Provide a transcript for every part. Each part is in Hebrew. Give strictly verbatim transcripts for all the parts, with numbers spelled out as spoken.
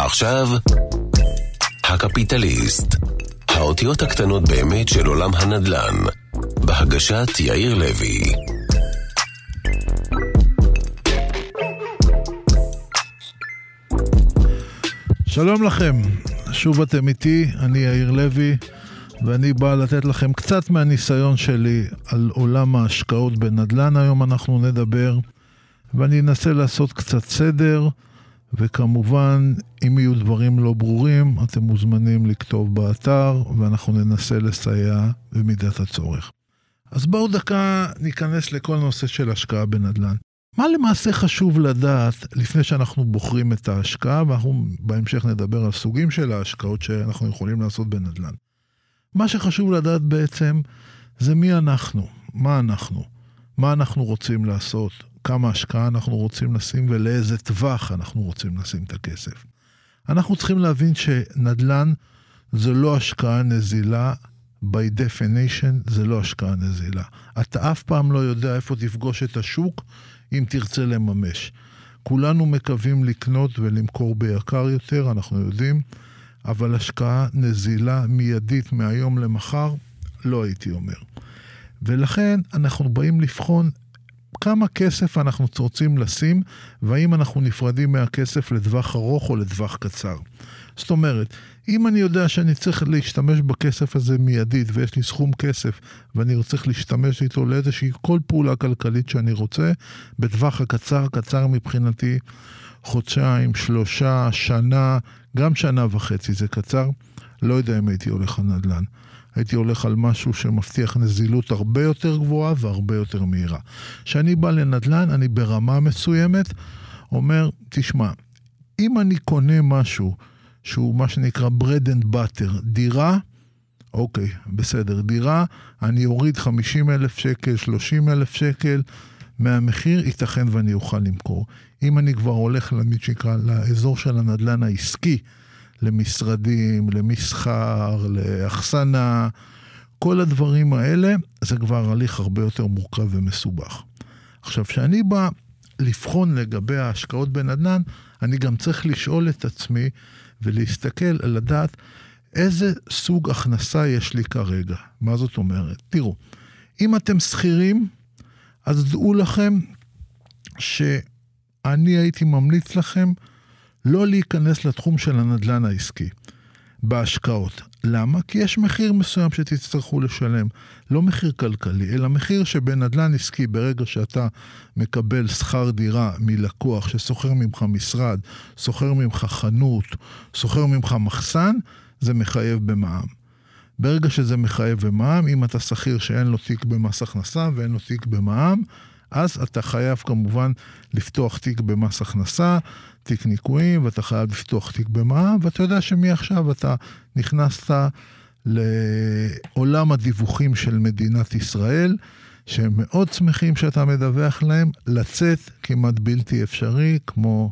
ועכשיו, הקפיטליסט. האותיות הקטנות באמת של עולם הנדל"ן. בהגשת יאיר לוי. שלום לכם, שוב אתם איתי, אני יאיר לוי, ואני בא לתת לכם קצת מהניסיון שלי על עולם ההשקעות בנדל"ן. היום אנחנו נדבר, ואני אנסה לעשות קצת סדר, וכמובן, אם יהיו דברים לא ברורים, אתם מוזמנים לכתוב באתר, ואנחנו ננסה לסייע במידת הצורך. אז בואו דקה ניכנס לכל נושא של השקעה בנדל"ן. מה למעשה חשוב לדעת לפני שאנחנו בוחרים את ההשקעה, ואנחנו בהמשך נדבר על סוגים של ההשקעות שאנחנו יכולים לעשות בנדל"ן. מה שחשוב לדעת בעצם זה מי אנחנו, מה אנחנו, מה אנחנו רוצים לעשות, כמה השקעה אנחנו רוצים לשים ולאיזה טווח אנחנו רוצים לשים את הכסף. אנחנו צריכים להבין שנדל"ן זה לא השקעה נזילה, by definition זה לא השקעה נזילה. אתה אף פעם לא יודע איפה תפגוש את השוק אם תרצה לממש. כולנו מקווים לקנות ולמכור ביקר יותר, אנחנו יודעים, אבל השקעה נזילה מיידית מהיום למחר, לא הייתי אומר. ולכן אנחנו באים לבחון כמה כסף אנחנו רוצים לשים, והאם אנחנו נפרדים מהכסף לטווח ארוך או לטווח קצר. זאת אומרת, אם אני יודע שאני צריך להשתמש בכסף הזה מיידית, ויש לי סכום כסף, ואני צריך להשתמש איתו לאיזושהי כל פעולה כלכלית שאני רוצה, בטווח הקצר, קצר מבחינתי, חודשיים, שלושה, שנה, גם שנה וחצי זה קצר, לא יודע אם הייתי הולך על נדל"ן. הייתי הולך על משהו שמבטיח נזילות הרבה יותר גבוהה והרבה יותר מהירה. כשאני בא לנדל"ן, אני ברמה מסוימת, אומר, תשמע, אם אני קונה משהו שהוא מה שנקרא bread and butter, דירה, אוקיי, בסדר, דירה, אני אוריד חמישים אלף שקל, שלושים אלף שקל, מהמחיר ייתכן ואני אוכל למכור. אם אני כבר הולך למי שיקרא, לאזור של הנדל"ן העסקי, למשרדים, למסחר, לאחסנה, כל הדברים האלה, זה כבר הליך הרבה יותר מורכב ומסובך. עכשיו, כשאני בא לבחון לגבי ההשקעות בנדל"ן, אני גם צריך לשאול את עצמי, ולהסתכל, לדעת איזה סוג הכנסה יש לי כרגע. מה זאת אומרת? תראו, אם אתם שכירים, אז דעו לכם שאני הייתי ממליץ לכם לא להיכנס לתחום של הנדל"ן העסקי בהשקעות. למה? כי יש מחיר מסוים שתצטרכו לשלם. לא מחיר כלכלי, אלא מחיר שבנדל"ן עסקי, ברגע שאתה מקבל שכר דירה מלקוח שסוחר ממך משרד, סוחר ממך חנות, סוחר ממך מחסן, זה מחייב במע"מ. ברגע שזה מחייב במע"מ, אם אתה שכיר שאין לו תיק במס הכנסה ואין לו תיק במע"מ, אז אתה חייב כמובן לפתוח תיק במס הכנסה, תיק ניקויים, ואתה חייב לפתוח תיק במע"מ, ואתה יודע שמעכשיו אתה נכנסת לעולם הדיווחים של מדינת ישראל, שהם מאוד שמחים שאתה מדווח להם, לצאת כמעט בלתי אפשרי, כמו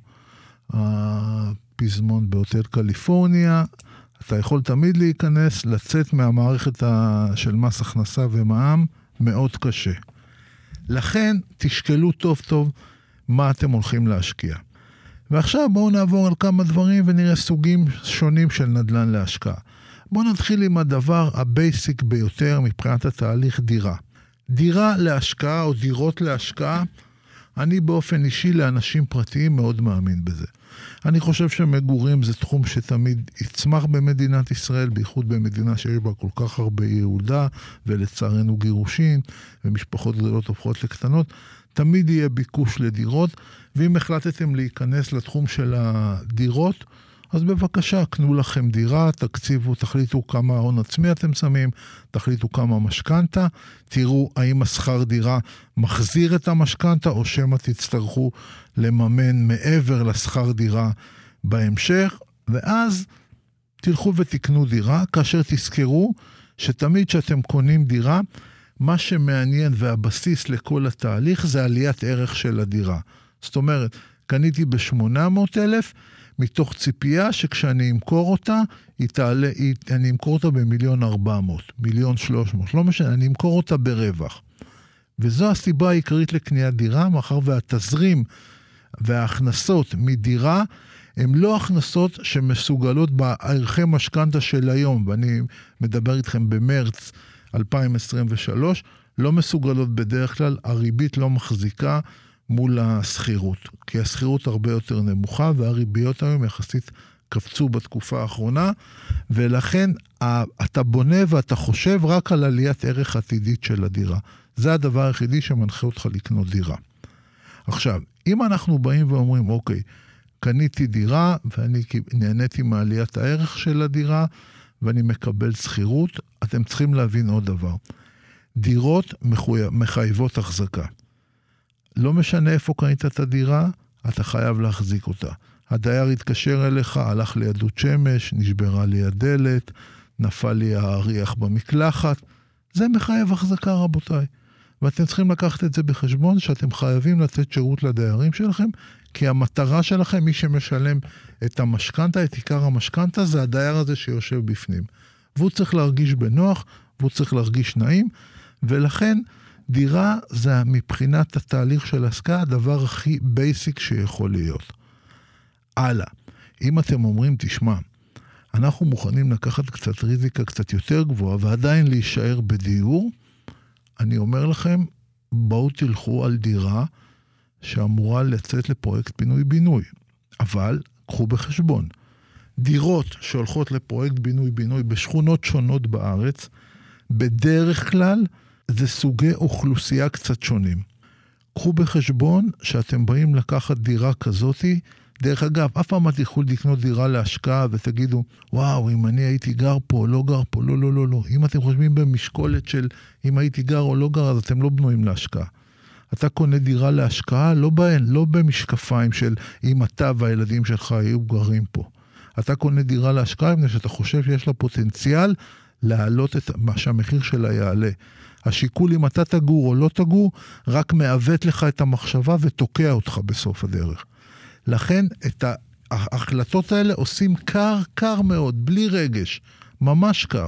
הפזמון בהוטל קליפורניה, אתה יכול תמיד להיכנס, לצאת מהמערכת של מס הכנסה ומע"מ, מאוד קשה. לכן תשקלו טוב טוב מה אתם הולכים להשקיע. ועכשיו בואו נעבור על כמה דברים ונראה סוגים שונים של נדל"ן להשקעה. בואו נתחיל עם הדבר הבייסיק ביותר מבחינת התהליך, דירה. דירה להשקעה או דירות להשקעה, אני באופן אישי לאנשים פרטיים מאוד מאמין בזה. אני חושב שמגורים זה תחום שתמיד יצמח במדינת ישראל, בייחוד במדינה שיש בה כל כך הרבה ילודה, ולצערנו גירושין, ומשפחות גדולות הופכות לקטנות, תמיד יהיה ביקוש לדירות, ואם החלטתם להיכנס לתחום של הדירות, אז בבקשה, קנו לכם דירה, תקציבו, תחליטו כמה הון עצמי אתם שמים, תחליטו כמה משכנתה, תראו האם השכר דירה מחזיר את המשכנתה, או שמה תצטרכו לממן מעבר לשכר דירה בהמשך, ואז תלכו ותקנו דירה, כאשר תזכרו שתמיד שאתם קונים דירה, מה שמעניין והבסיס לכל התהליך זה עליית ערך של הדירה. זאת אומרת, קניתי ב-שמונה מאות אלף, מתוך ציפייה שכשאני אמכור אותה, היא תעלה, היא, אני אמכור אותה במיליון ארבע מאות, מיליון שלוש מאות, לא משנה, אני אמכור אותה ברווח. וזו הסיבה העיקרית לקניית דירה, מאחר והתזרים וההכנסות מדירה הן לא הכנסות שמסוגלות בערכי משכנתה של היום, ואני מדבר איתכם במרץ אלפיים עשרים ושלוש, לא מסוגלות בדרך כלל, הריבית לא מחזיקה מול הסחירות, כי הסחירות הרבה יותר נמוכה, והריביות היום יחסית קפצו בתקופה האחרונה, ולכן אתה בונה ואתה חושב רק על עליית ערך עתידית של הדירה. זה הדבר היחידי שמנחה אותך לקנות דירה. עכשיו, אם אנחנו באים ואומרים, אוקיי, קניתי דירה, ואני נהניתי מעליית הערך של הדירה, ואני מקבל סחירות, אתם צריכים להבין עוד דבר. דירות מחייבות החזקה. לא משנה איפה קנית את הדירה, אתה חייב להחזיק אותה. הדייר התקשר אליך, הלך לידות שמש, נשברה לי הדלת, נפל לי האריח במקלחת. זה מחייב החזקה, רבותיי. ואתם צריכים לקחת את זה בחשבון, שאתם חייבים לתת שירות לדיירים שלכם, כי המטרה שלכם, מי שמשלם את המשכנתה, את עיקר המשכנתה, זה הדייר הזה שיושב בפנים. והוא צריך להרגיש בנוח, והוא צריך להרגיש נעים, ולכן דירה זה מבחינת התהליך של השקעה, הדבר הכי בייסיק שיכול להיות. הלאה, אם אתם אומרים, תשמע, אנחנו מוכנים לקחת קצת ריזיקה קצת יותר גבוהה, ועדיין להישאר בדיור, אני אומר לכם, בואו תלכו על דירה שאמורה לצאת לפרויקט פינוי-בינוי. אבל, קחו בחשבון, דירות שהולכות לפרויקט בינוי-בינוי בשכונות שונות בארץ, בדרך כלל זה סוגי אוכלוסייה קצת שונים. קחו בחשבון שאתם באים לקחת דירה כזאתי, דרך אגב, אף פעם את יכולת לקנות דירה להשקעה ותגידו, וואו, אם אני הייתי גר פה או לא גר פה, לא, לא, לא, לא. אם אתם חושבים במשקולת של אם הייתי גר או לא גר, אז אתם לא בנויים להשקעה. אתה קונה דירה להשקעה, לא בהן, לא במשקפיים של אם אתה והילדים שלך היו גרים פה. אתה קונה דירה להשקעה, מפני שאתה חושב שיש לה פוטנציאל להעלות את מה שהמחיר שלה יעלה. השיקול אם אתה תגור או לא תגור, רק מעוות לך את המחשבה ותוקע אותך בסוף הדרך. לכן את ההחלטות האלה עושים קר, קר מאוד, בלי רגש, ממש קר.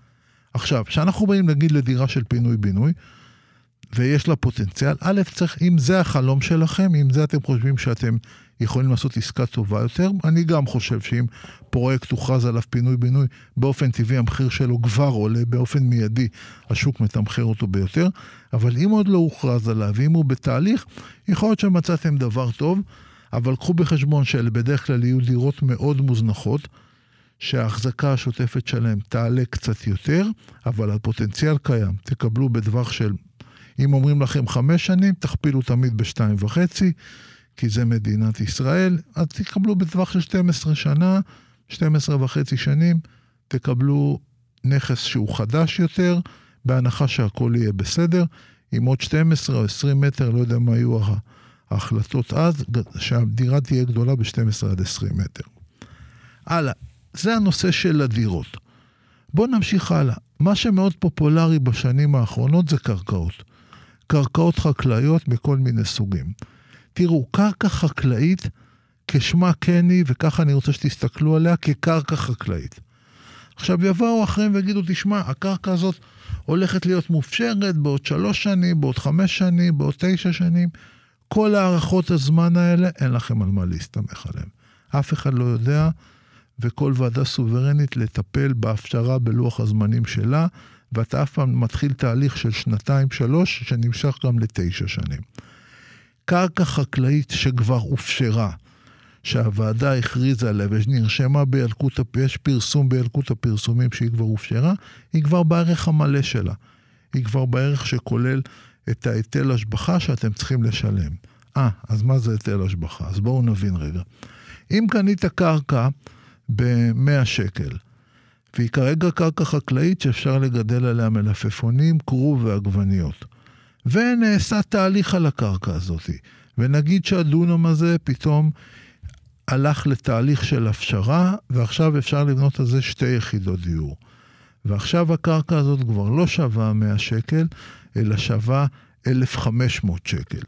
עכשיו, כשאנחנו באים להגיד לדירה של פינוי-בינוי, ויש לה פוטנציאל, א', צריך, אם זה החלום שלכם, אם זה אתם חושבים שאתם יכולים לעשות עסקה טובה יותר, אני גם חושב שאם פרויקט הוכרז עליו פינוי-בינוי, באופן טבעי המחיר שלו כבר עולה, באופן מיידי השוק מתמחר אותו ביותר, אבל אם עוד לא הוכרז עליו, אם הוא בתהליך, יכול להיות שמצאתם דבר טוב, אבל קחו בחשבון שאלה בדרך כלל יהיו דירות מאוד מוזנחות, שההחזקה השוטפת שלהם תעלה קצת יותר, אבל הפוטנציאל קיים. תקבלו בדווח של, אם אומרים לכם חמש שנים, תכפילו תמיד בשתיים וחצי, כי זה מדינת ישראל, אז תקבלו בדווח של שתים עשרה שנה, שתים עשרה וחצי שנים, תקבלו נכס שהוא חדש יותר, בהנחה שהכל יהיה בסדר, עם עוד שתים עשרה או עשרים מטר, לא יודע מה היו ההחלטות אז, שהדירה תהיה גדולה ב-שתים עשרה עד עשרים מטר. הלאה, זה הנושא של הדירות. בואו נמשיך הלאה. מה שמאוד פופולרי בשנים האחרונות זה קרקעות. קרקעות חקלאיות בכל מיני סוגים. תראו, קרקע חקלאית כשמה כן היא, וככה אני רוצה שתסתכלו עליה כקרקע חקלאית. עכשיו יבואו אחרים ויגידו, תשמע, הקרקע הזאת הולכת להיות מופשרת בעוד שלוש שנים, בעוד חמש שנים, בעוד תשע שנים. כל הערכות הזמן האלה, אין לכם על מה להסתמך עליהם. אף אחד לא יודע, וכל ועדה סוברנית לטפל בהפשרה בלוח הזמנים שלה, ואתה אף פעם מתחיל תהליך של שנתיים, שלוש, שנמשך גם לתשע שנים. קרקע חקלאית שכבר הופשרה, שהוועדה הכריזה עליה, ונרשמה בילקוט, יש פרסום בילקוט הפרסומים שהיא כבר הופשרה, היא כבר בערך המלא שלה. היא כבר בערך שכולל את ההיטל השבחה שאתם צריכים לשלם. אה, אז מה זה היטל השבחה? אז בואו נבין רגע. אם קנית קרקע ב-מאה שקל, והיא כרגע קרקע חקלאית שאפשר לגדל עליה מלפפונים, קרוב ועגבניות, ונעשה תהליך על הקרקע הזאת, ונגיד שהדונם הזה פתאום הלך לתהליך של הפשרה, ועכשיו אפשר לבנות על זה שתי יחידות דיור. ועכשיו הקרקע הזאת כבר לא שווה מאה שקל, אלא שווה אלף וחמש מאות שקל.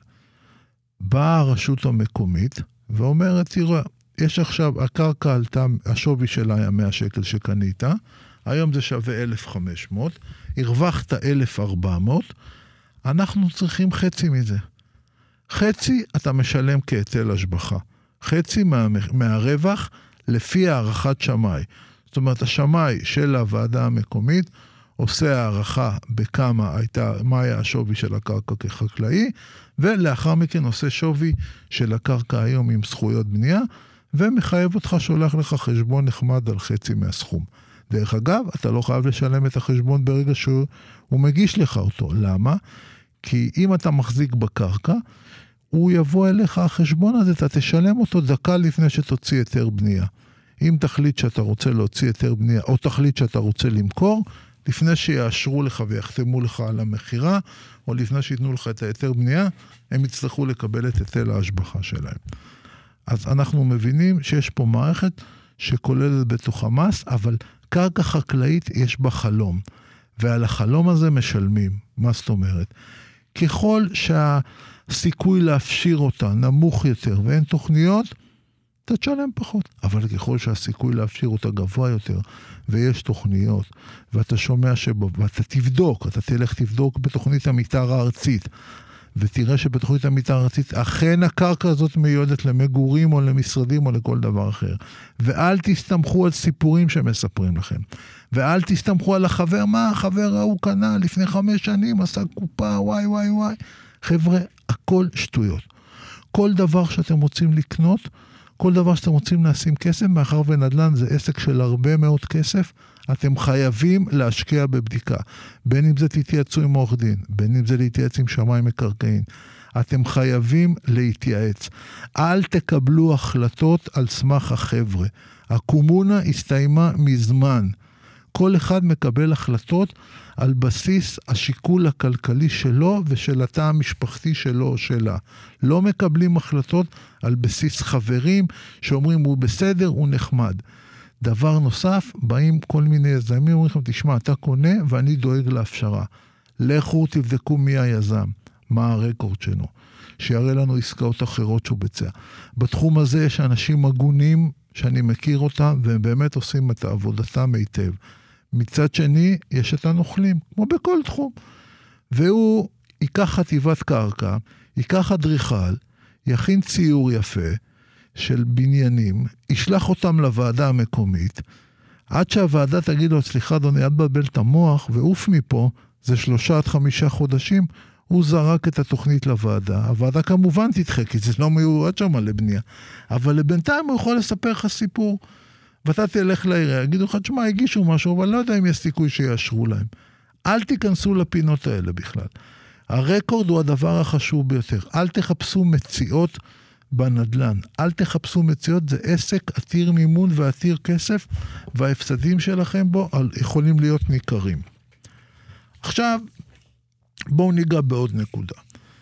באה הרשות המקומית ואומרת, תראה, יש עכשיו, הקרקע עלתה, השווי שלה היה מאה שקל שקנית, היום זה שווה אלף וחמש מאות, הרווחת אלף וארבע מאות, אנחנו צריכים חצי מזה. חצי אתה משלם כהיטל השבחה. חצי מה, מהרווח לפי הערכת שמאי. זאת אומרת, השמאי של הוועדה המקומית עושה הערכה בכמה הייתה, מה היה השווי של הקרקע כחקלאי, ולאחר מכן עושה שווי של הקרקע היום עם זכויות בנייה, ומחייב אותך, שולח לך חשבון נחמד על חצי מהסכום. דרך אגב, אתה לא חייב לשלם את החשבון ברגע שהוא מגיש לך אותו. למה? כי אם אתה מחזיק בקרקע, הוא יבוא אליך, החשבון הזה, אתה תשלם אותו דקה לפני שתוציא היתר בנייה. אם תחליט שאתה רוצה להוציא היתר בנייה, או תחליט שאתה רוצה למכור, לפני שיאשרו לך ויחתמו לך על המחירה, או לפני שיתנו לך את היתר בנייה, הם יצטרכו לקבל את היטל ההשבחה שלהם. אז אנחנו מבינים שיש פה מערכת שכוללת בתוך המס, אבל קרקע חקלאית יש בה חלום, ועל החלום הזה משלמים. מה זאת אומרת? ככל שהסיכוי להפשיר אותה נמוך יותר ואין תוכניות, אתה תשלם פחות. אבל ככל שהסיכוי להפשיר אותה גבוה יותר, ויש תוכניות, ואתה שומע שבו, ואתה תבדוק, אתה תלך תבדוק בתוכנית המתאר הארצית, ותראה שבתוכנית המתאר הארצית, אכן הקרקע הזאת מיועדת למגורים או למשרדים או לכל דבר אחר. ואל תסתמכו על סיפורים שמספרים לכם. ואל תסתמכו על החבר, מה החבר ההוא קנה לפני חמש שנים, עשה קופה, וואי וואי וואי. חבר'ה, הכל שטויות. כל דבר שאתם רוצים לקנות, כל דבר שאתם רוצים לשים כסף, מאחר ונדל"ן זה עסק של הרבה מאוד כסף, אתם חייבים להשקיע בבדיקה. בין אם זה תתייעצו עם עורך דין, בין אם זה להתייעץ עם שמאי מקרקעין. אתם חייבים להתייעץ. אל תקבלו החלטות על סמך החבר'ה. הקומונה הסתיימה מזמן. כל אחד מקבל החלטות על בסיס השיקול הכלכלי שלו ושל התא המשפחתי שלו או שלה. לא מקבלים החלטות על בסיס חברים שאומרים הוא בסדר, הוא נחמד. דבר נוסף, באים כל מיני יזמים, אומרים לכם, תשמע, אתה קונה ואני דואג להפשרה. לכו תבדקו מי היזם, מה הרקורד שלו, שיראה לנו עסקאות אחרות שהוא ביצע. בתחום הזה יש אנשים הגונים שאני מכיר אותם, והם באמת עושים את עבודתם היטב. מצד שני, יש את הנוכלים, כמו בכל תחום. והוא ייקח חטיבת קרקע, ייקח אדריכל, יכין ציור יפה של בניינים, ישלח אותם לוועדה המקומית, עד שהוועדה תגיד לו, סליחה אדוני, עד בבל את המוח, ועוף מפה, זה שלושה עד חמישה חודשים, הוא זרק את התוכנית לוועדה. הוועדה כמובן תדחה, כי זה לא מיועד שם לבנייה. אבל לבינתיים הוא יכול לספר לך סיפור, ואתה תלך לעירייה, יגידו לך, תשמע, הגישו משהו, אבל לא יודע אם יש סיכוי שיאשרו להם. אל תיכנסו לפינות האלה בכלל. הרקורד הוא הדבר החשוב ביותר. אל תחפשו מציאות בנדלן. אל תחפשו מציאות, זה עסק עתיר מימון ועתיר כסף, וההפסדים שלכם בו יכולים להיות ניכרים. עכשיו, בואו ניגע בעוד נקודה.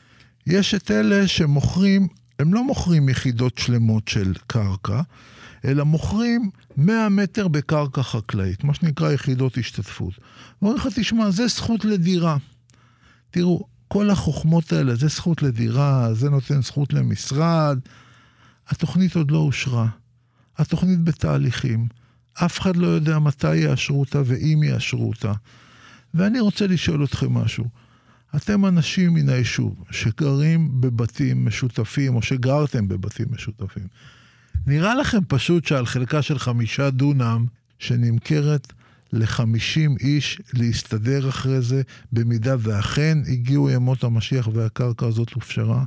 יש את אלה שמוכרים, הם לא מוכרים יחידות שלמות של קרקע, אלא מוכרים מאה מטר בקרקע חקלאית, מה שנקרא יחידות השתתפות. ואומרים לך, תשמע, זה זכות לדירה. תראו, כל החוכמות האלה, זה זכות לדירה, זה נותן זכות למשרד. התוכנית עוד לא אושרה. התוכנית בתהליכים. אף אחד לא יודע מתי יאשרו אותה ואם יאשרו אותה. ואני רוצה לשאול אתכם משהו. אתם אנשים מן היישוב שגרים בבתים משותפים, או שגרתם בבתים משותפים. נראה לכם פשוט שעל חלקה של חמישה דונם שנמכרת לחמישים איש להסתדר אחרי זה, במידה ואכן הגיעו ימות המשיח והקרקע הזאת הופשרה?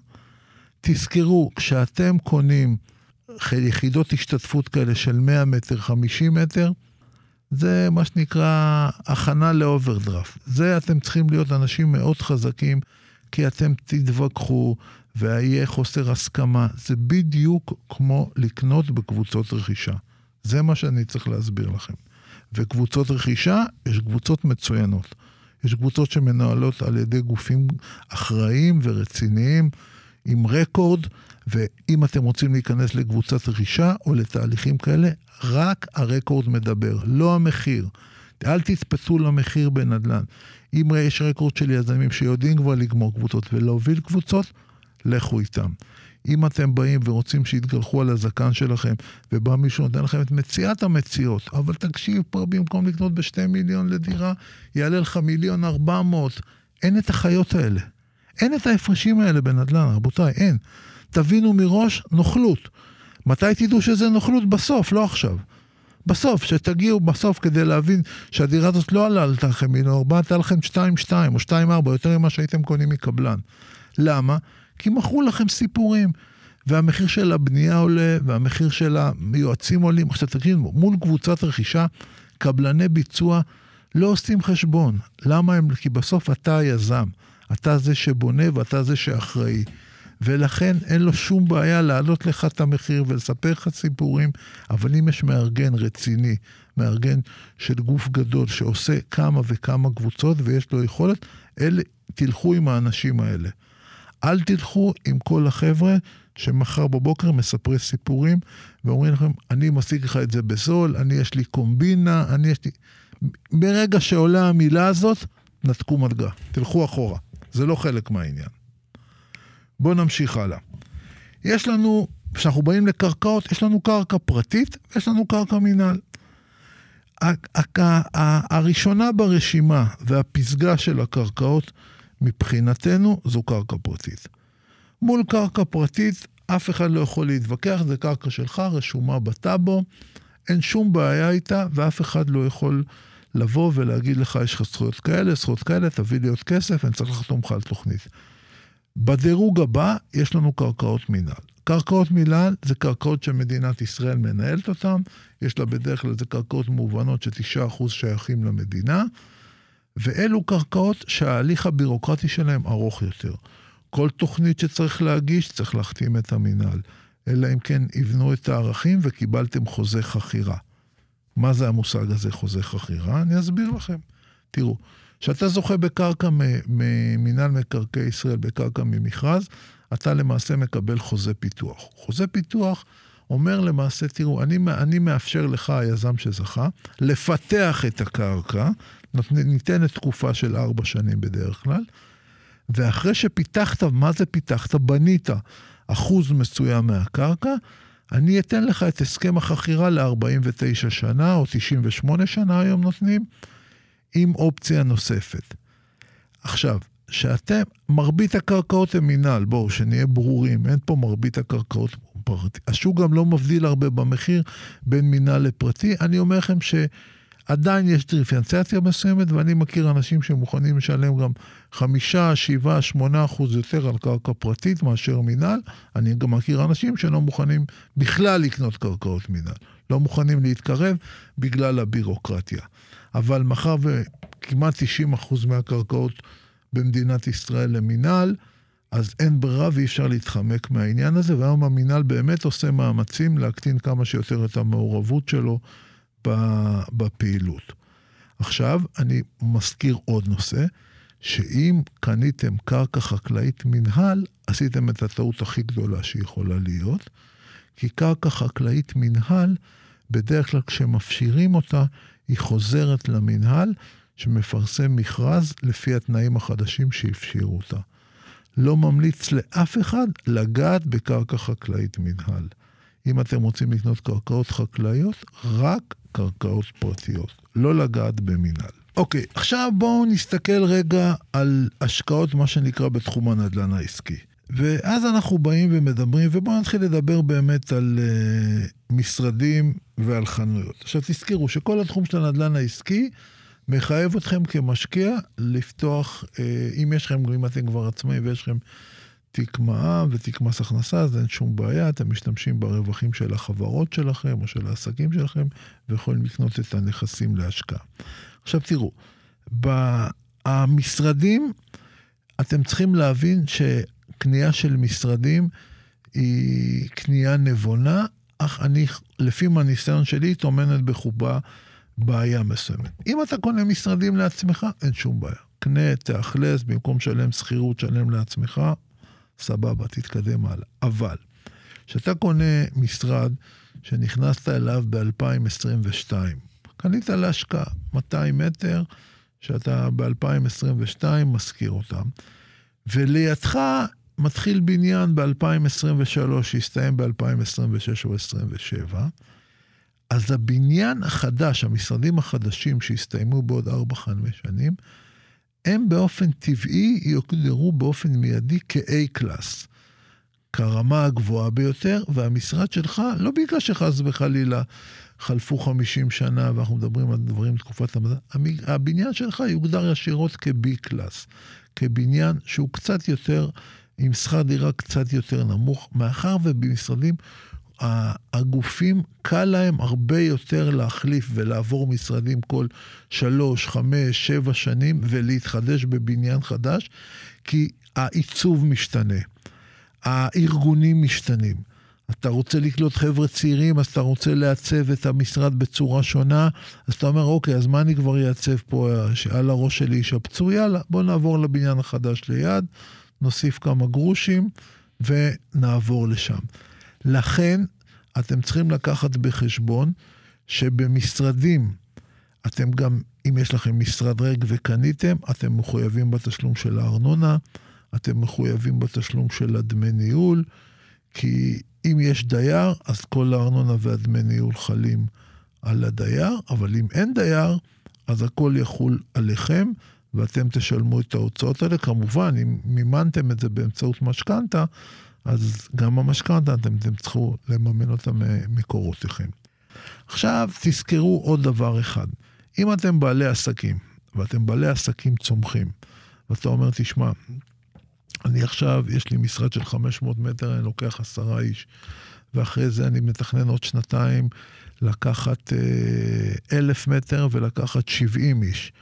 תזכרו, כשאתם קונים יחידות השתתפות כאלה של מאה מטר, חמישים מטר, זה מה שנקרא הכנה לאוברדרפט. זה אתם צריכים להיות אנשים מאוד חזקים, כי אתם תתווכחו ויהיה חוסר הסכמה. זה בדיוק כמו לקנות בקבוצות רכישה. זה מה שאני צריך להסביר לכם. וקבוצות רכישה, יש קבוצות מצוינות. יש קבוצות שמנהלות על ידי גופים אחראיים ורציניים, עם רקורד, ואם אתם רוצים להיכנס לקבוצת רכישה או לתהליכים כאלה, רק הרקורד מדבר, לא המחיר. אל תתפסו למחיר בנדל"ן. אם יש רקורד של יזמים שיודעים כבר לגמור קבוצות ולהוביל קבוצות, לכו איתם. אם אתם באים ורוצים שיתגלחו על הזקן שלכם, ובא מישהו נותן לכם את מציאת המציאות, אבל תקשיב פה, במקום לקנות בשתי מיליון לדירה, יעלה לך מיליון ארבע מאות. אין את החיות האלה. אין את ההפרשים האלה בנדל"ן, רבותיי, אין. תבינו מראש נוכלות. מתי תדעו שזה נוכלות? בסוף, לא עכשיו. בסוף, שתגיעו בסוף כדי להבין שהדירה הזאת לא עלה לכם מיליון, עלתה לכם שתיים שתיים או שתיים ארבע, יותר ממה שהייתם קונים מקבלן. למה? כי מכרו לכם סיפורים, והמחיר של הבנייה עולה, והמחיר של היועצים עולים. עכשיו תקשיבו, מול קבוצת רכישה, קבלני ביצוע לא עושים חשבון. למה הם? כי בסוף אתה היזם, אתה זה שבונה ואתה זה שאחראי. ולכן אין לו שום בעיה להעלות לך את המחיר ולספר לך סיפורים, אבל אם יש מארגן רציני, מארגן של גוף גדול שעושה כמה וכמה קבוצות ויש לו יכולת, אלה, תלכו עם האנשים האלה. אל תלכו עם כל החבר'ה שמחר בבוקר מספרי סיפורים ואומרים לכם, אני משיג לך את זה בזול, אני יש לי קומבינה, אני יש לי... ברגע שעולה המילה הזאת, נתקו מדגה, תלכו אחורה. זה לא חלק מהעניין. בואו נמשיך הלאה. יש לנו, כשאנחנו באים לקרקעות, יש לנו קרקע פרטית, יש לנו קרקע מינהל. הראשונה ברשימה והפסגה של הקרקעות, מבחינתנו, זו קרקע פרטית. מול קרקע פרטית, אף אחד לא יכול להתווכח, זה קרקע שלך, רשומה בטאבו, אין שום בעיה איתה, ואף אחד לא יכול לבוא ולהגיד לך, יש לך זכויות כאלה, זכויות כאלה, תביא לי עוד כסף, אני צריך לחתום לך על תוכנית. בדירוג הבא יש לנו קרקעות מינהל. קרקעות מינהל זה קרקעות שמדינת ישראל מנהלת אותן, יש לה בדרך כלל זה קרקעות מובנות ש-תשעה אחוז שייכים למדינה, ואלו קרקעות שההליך הבירוקרטי שלהם ארוך יותר. כל תוכנית שצריך להגיש צריך להחתים את המינהל, אלא אם כן יבנו את הערכים וקיבלתם חוזה חכירה. מה זה המושג הזה חוזה חכירה? אני אסביר לכם. תראו, שאתה זוכה בקרקע ממינהל מקרקעי ישראל, בקרקע ממכרז, אתה למעשה מקבל חוזה פיתוח. חוזה פיתוח אומר למעשה, תראו, אני, אני מאפשר לך, היזם שזכה, לפתח את הקרקע, ניתנת תקופה של ארבע שנים בדרך כלל, ואחרי שפיתחת, מה זה פיתחת? בנית אחוז מסוים מהקרקע, אני אתן לך את הסכם החכירה ל-ארבעים ותשע שנה, או תשעים ושמונה שנה היום נותנים, עם אופציה נוספת. עכשיו, שאתם, מרבית הקרקעות הם מינהל, בואו, שנהיה ברורים, אין פה מרבית הקרקעות פרטי. השוק גם לא מבדיל הרבה במחיר בין מינהל לפרטי. אני אומר לכם שעדיין יש דיפרנציאציה מסוימת, ואני מכיר אנשים שמוכנים לשלם גם חמישה, שבעה, שמונה אחוז יותר על קרקע פרטית מאשר מינהל. אני גם מכיר אנשים שלא מוכנים בכלל לקנות קרקעות מינהל. לא מוכנים להתקרב בגלל הבירוקרטיה. אבל מחר וכמעט תשעים אחוז מהקרקעות במדינת ישראל למינהל, אז אין ברירה ואי אפשר להתחמק מהעניין הזה, והיום המינהל באמת עושה מאמצים להקטין כמה שיותר את המעורבות שלו בפעילות. עכשיו אני מזכיר עוד נושא, שאם קניתם קרקע חקלאית מנהל, עשיתם את הטעות הכי גדולה שיכולה להיות, כי קרקע חקלאית מנהל, בדרך כלל כשמפשירים אותה, היא חוזרת למנהל, שמפרסם מכרז לפי התנאים החדשים שהפשירו אותה. לא ממליץ לאף אחד לגעת בקרקע חקלאית מנהל. אם אתם רוצים לקנות קרקעות חקלאיות, רק קרקעות פרטיות. לא לגעת במנהל. אוקיי, עכשיו בואו נסתכל רגע על השקעות, מה שנקרא בתחום הנדל"ן העסקי. ואז אנחנו באים ומדברים, ובואו נתחיל לדבר באמת על uh, משרדים ועל חנויות. עכשיו תזכירו שכל התחום של הנדל"ן העסקי, מחייב אתכם כמשקיע לפתוח, אם יש לכם, אם אתם כבר עצמאים ויש לכם תיק מע"מ ותיק מס הכנסה, אז אין שום בעיה, אתם משתמשים ברווחים של החברות שלכם או של העסקים שלכם, ויכולים לקנות את הנכסים להשקעה. עכשיו תראו, במשרדים, אתם צריכים להבין שקנייה של משרדים היא קנייה נבונה, אך אני, לפי מהניסיון שלי, תומנת בחובה בעיה מסוימת. אם אתה קונה משרדים לעצמך, אין שום בעיה. קנה, תאכלס, במקום שלם שכירות, שלם לעצמך, סבבה, תתקדם הלאה. אבל, שאתה קונה משרד שנכנסת אליו ב-אלפיים עשרים ושתיים, קנית להשקעה, מאתיים מטר, שאתה ב-אלפיים עשרים ושתיים משכיר אותם, ולידך מתחיל בניין ב-אלפיים עשרים ושלוש, שהסתיים ב-אלפיים עשרים ושש או עשרים ושבע, אז הבניין החדש, המשרדים החדשים שהסתיימו בעוד ארבע חמש שנים, הם באופן טבעי יוגדרו באופן מיידי כ-A קלאס. כרמה הגבוהה ביותר, והמשרד שלך, לא בגלל שחס וחלילה חלפו חמישים שנה, ואנחנו מדברים על דברים בתקופת המדע, הבניין שלך יוגדר ישירות כבי קלאס, כבניין שהוא קצת יותר, עם שכר דירה קצת יותר נמוך, מאחר ובמשרדים, הגופים קל להם הרבה יותר להחליף ולעבור משרדים כל שלוש, חמש, שבע שנים, ולהתחדש בבניין חדש, כי העיצוב משתנה, הארגונים משתנים. אתה רוצה לקלוט חבר'ה צעירים, אז אתה רוצה לעצב את המשרד בצורה שונה, אז אתה אומר, אוקיי, אז מה אני כבר יעצב פה, שעל הראש שלי ישפצו, יאללה, בוא נעבור לבניין החדש ליד, נוסיף כמה גרושים, ונעבור לשם. לכן, אתם צריכים לקחת בחשבון, שבמשרדים, אתם גם, אם יש לכם משרד ריק וקניתם, אתם מחויבים בתשלום של הארנונה, אתם מחויבים בתשלום של הדמי ניהול, כי אם יש דייר, אז כל הארנונה והדמי ניהול חלים על הדייר, אבל אם אין דייר, אז הכל יחול עליכם, ואתם תשלמו את ההוצאות האלה. כמובן, אם מימנתם את זה באמצעות משכנתה, אז גם המשכנתה אתם, אתם צריכו לממן אותה ממקורותיכם. עכשיו תזכרו עוד דבר אחד. אם אתם בעלי עסקים, ואתם בעלי עסקים צומחים, ואתה אומר, תשמע, אני עכשיו, יש לי משרד של חמש מאות מטר, אני לוקח עשרה איש, ואחרי זה אני מתכנן עוד שנתיים לקחת אה, אלף מטר ולקחת שבעים איש.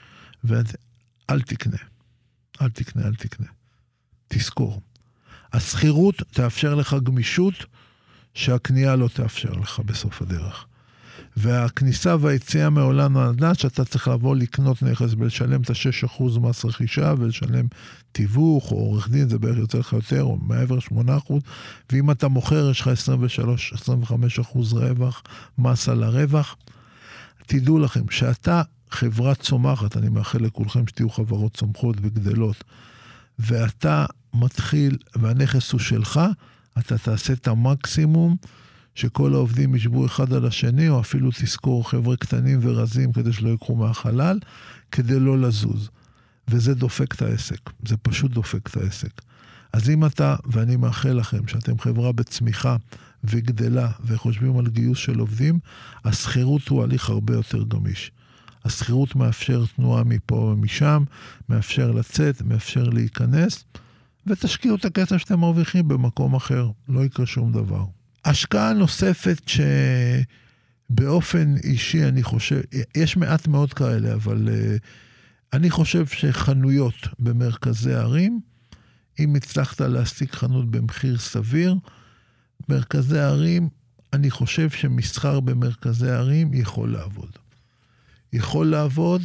ואל תקנה, אל תקנה, אל תקנה. תזכור. הסחירות תאפשר לך גמישות שהקנייה לא תאפשר לך בסוף הדרך. והכניסה והיציאה מעולם הנדל"ן, שאתה צריך לבוא לקנות נכס ולשלם את ה-שש אחוז מס רכישה, ולשלם תיווך או עורך דין, זה בערך יוצא לך יותר, או מעבר שמונה אחוז, ואם אתה מוכר, יש לך עשרים ושלוש עד עשרים וחמישה אחוז רווח, מס על הרווח. תדעו לכם, שאתה חברה צומחת, אני מאחל לכולכם שתהיו חברות צומחות וגדלות, ואתה מתחיל, והנכס הוא שלך, אתה תעשה את המקסימום, שכל העובדים ישבו אחד על השני, או אפילו תזכור חבר'ה קטנים ורזים, כדי שלא יקחו מהחלל, כדי לא לזוז. וזה דופק את העסק. זה פשוט דופק את העסק. אז אם אתה, ואני מאחל לכם, שאתם חברה בצמיחה וגדלה, וחושבים על גיוס של עובדים, הסחירות הוא הליך הרבה יותר גמיש. הסחירות מאפשר תנועה מפה ומשם, מאפשר לצאת, מאפשר להיכנס, ותשקיעו את הכסף שאתם מרוויחים במקום אחר. לא יקרה שום דבר. השקעה נוספת שבאופן אישי אני חושב, יש מעט מאוד כאלה, אבל uh, אני חושב שחנויות במרכזי הערים, אם הצלחת להשיג חנות במחיר סביר, מרכזי הערים, אני חושב שמסחר במרכזי הערים יכול לעבוד. יכול לעבוד,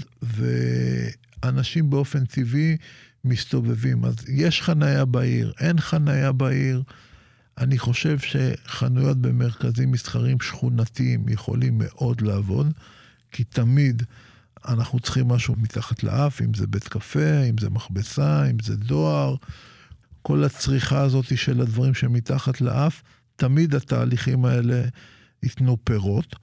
ואנשים באופן טבעי מסתובבים. אז יש חניה בעיר, אין חניה בעיר, אני חושב שחנויות במרכזים מסחרים שכונתיים יכולים מאוד לעבוד, כי תמיד אנחנו צריכים משהו מתחת לאף, אם זה בית קפה, אם זה מכבסה, אם זה דואר, כל הצריכה הזאת של הדברים שמתחת לאף, תמיד התהליכים האלה ייתנו פירות.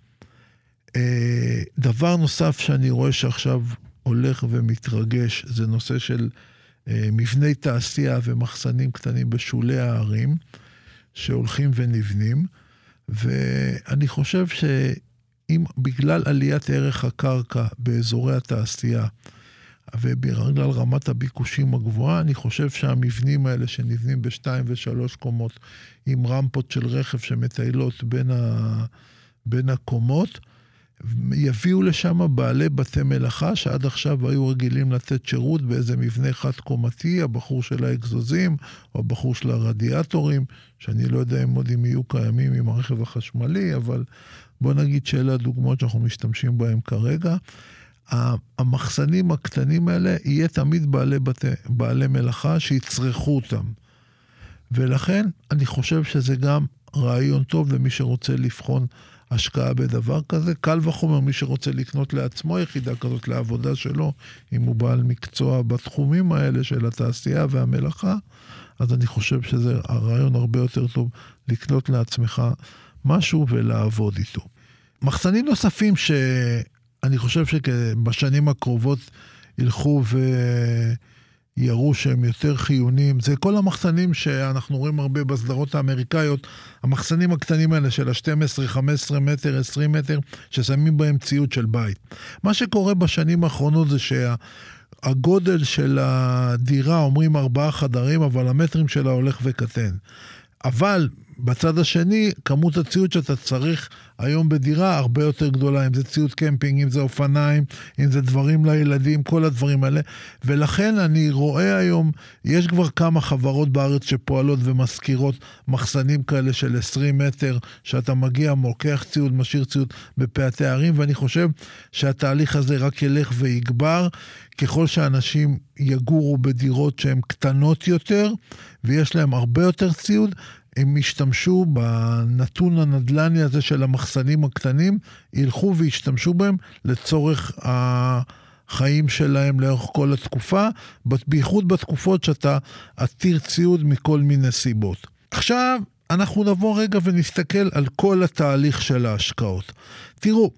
דבר נוסף שאני רואה שעכשיו הולך ומתרגש, זה נושא של מבני תעשייה ומחסנים קטנים בשולי הערים, שהולכים ונבנים, ואני חושב שאם בגלל עליית ערך הקרקע באזורי התעשייה, ובגלל רמת הביקושים הגבוהה, אני חושב שהמבנים האלה שנבנים בשתיים ושלוש קומות, עם רמפות של רכב שמטיילות בין, ה... בין הקומות, יביאו לשם בעלי בתי מלאכה, שעד עכשיו היו רגילים לתת שירות באיזה מבנה חד קומתי, הבחור של האקזוזים, או הבחור של הרדיאטורים, שאני לא יודע אם עוד אם יהיו קיימים עם הרכב החשמלי, אבל בוא נגיד שאלה הדוגמאות שאנחנו משתמשים בהם כרגע. המחסנים הקטנים האלה יהיה תמיד בעלי, בתי, בעלי מלאכה שיצרכו אותם. ולכן אני חושב שזה גם רעיון טוב למי שרוצה לבחון השקעה בדבר כזה. קל וחומר מי שרוצה לקנות לעצמו יחידה כזאת לעבודה שלו, אם הוא בעל מקצוע בתחומים האלה של התעשייה והמלאכה, אז אני חושב שזה הרעיון הרבה יותר טוב לקנות לעצמך משהו ולעבוד איתו. מחסנים נוספים שאני חושב שבשנים הקרובות ילכו יראו שהם יותר חיוניים. זה כל המחסנים שאנחנו רואים הרבה בסדרות האמריקאיות, המחסנים הקטנים האלה של ה-שתים עשרה, חמש עשרה מטר, עשרים מטר, ששמים בהם ציוד של בית. מה שקורה בשנים האחרונות זה שהגודל של הדירה, אומרים ארבעה חדרים, אבל המטרים שלה הולך וקטן. אבל בצד השני, כמות הציוד שאתה צריך היום בדירה הרבה יותר גדולה, אם זה ציוד קמפינג, אם זה אופניים, אם זה דברים לילדים, כל הדברים האלה. ולכן אני רואה היום, יש כבר כמה חברות בארץ שפועלות ומזכירות מחסנים כאלה של עשרים מטר, שאתה מגיע, מוקח ציוד, משאיר ציוד בפאתי הערים, ואני חושב שהתהליך הזה רק ילך ויגבר, ככל שאנשים יגורו בדירות שהן קטנות יותר, ויש להם הרבה יותר ציוד, הם ישתמשו בנתון הנדלני הזה של המחסנים הקטנים, ילכו וישתמשו בהם לצורך החיים שלהם לאורך כל התקופה, בייחוד בתקופות שאתה עתיר ציוד מכל מיני סיבות. עכשיו אנחנו נבוא רגע ונסתכל על כל התהליך של ההשקעות. תראו,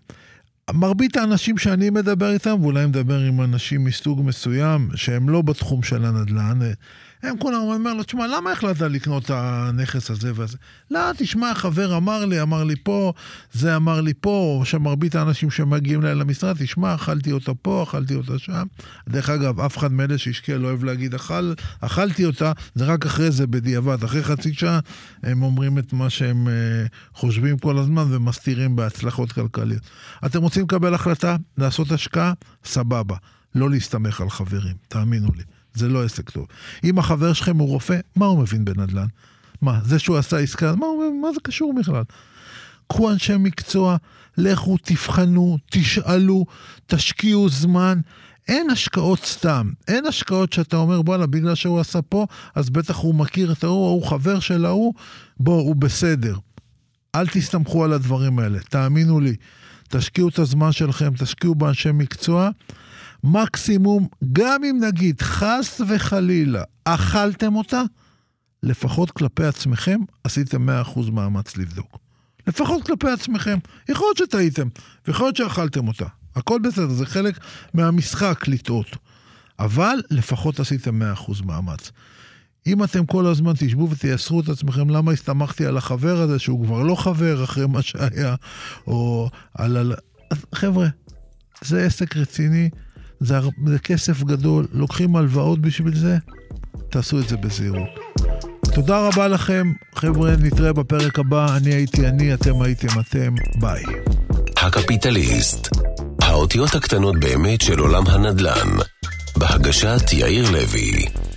מרבית האנשים שאני מדבר איתם, ואולי מדבר עם אנשים מסוג מסוים, שהם לא בתחום של הנדל"ן, הם כולם אומר לו, תשמע, למה החלטת לקנות את הנכס הזה והזה? לא, תשמע, חבר אמר לי, אמר לי פה, זה אמר לי פה, או שמרבית האנשים שמגיעים אליי למשרד, תשמע, אכלתי אותה פה, אכלתי אותה שם. דרך אגב, אף אחד מאלה שהשקיע לא אוהב להגיד, אכל, אכלתי אותה, זה רק אחרי זה בדיעבד. אחרי חצי שעה, הם אומרים את מה שהם אה, חושבים כל הזמן, ומסתירים בהצלחות כלכליות. אתם רוצים לקבל החלטה, לעשות השקעה? סבבה. לא להסתמך על חברים, תאמינו לי. זה לא עסק טוב. אם החבר שלכם הוא רופא, מה הוא מבין בנדל"ן? מה, זה שהוא עשה עסקה, מה, הוא, מה זה קשור בכלל? קחו אנשי מקצוע, לכו, תבחנו, תשאלו, תשקיעו זמן. אין השקעות סתם. אין השקעות שאתה אומר, בואלה, בגלל שהוא עשה פה, אז בטח הוא מכיר את ההוא, הוא חבר של ההוא, בוא, הוא בסדר. אל תסתמכו על הדברים האלה. תאמינו לי, תשקיעו את הזמן שלכם, תשקיעו באנשי מקצוע, מקסימום, גם אם נגיד חס וחלילה, אכלתם אותה, לפחות כלפי עצמכם, עשיתם מאה אחוז מאמץ לבדוק. לפחות כלפי עצמכם. יכול להיות שטעיתם, ויכול להיות שאכלתם אותה. הכל בסדר, זה חלק מהמשחק לטעות. אבל לפחות עשיתם מאה אחוז מאמץ. אם אתם כל הזמן תשבו ותייסרו את עצמכם, למה הסתמכתי על החבר הזה, שהוא כבר לא חבר אחרי מה שהיה, או על... על... חבר'ה, זה עסק רציני, זה, זה כסף גדול, לוקחים הלוואות בשביל זה, תעשו את זה בזהירות. תודה רבה לכם, חבר'ה, נתראה בפרק הבא, אני הייתי אני, אתם הייתם אתם, ביי. הקפיטליסט, האותיות הקטנות באמת של עולם הנדל"ן, בהגשת יאיר לוי.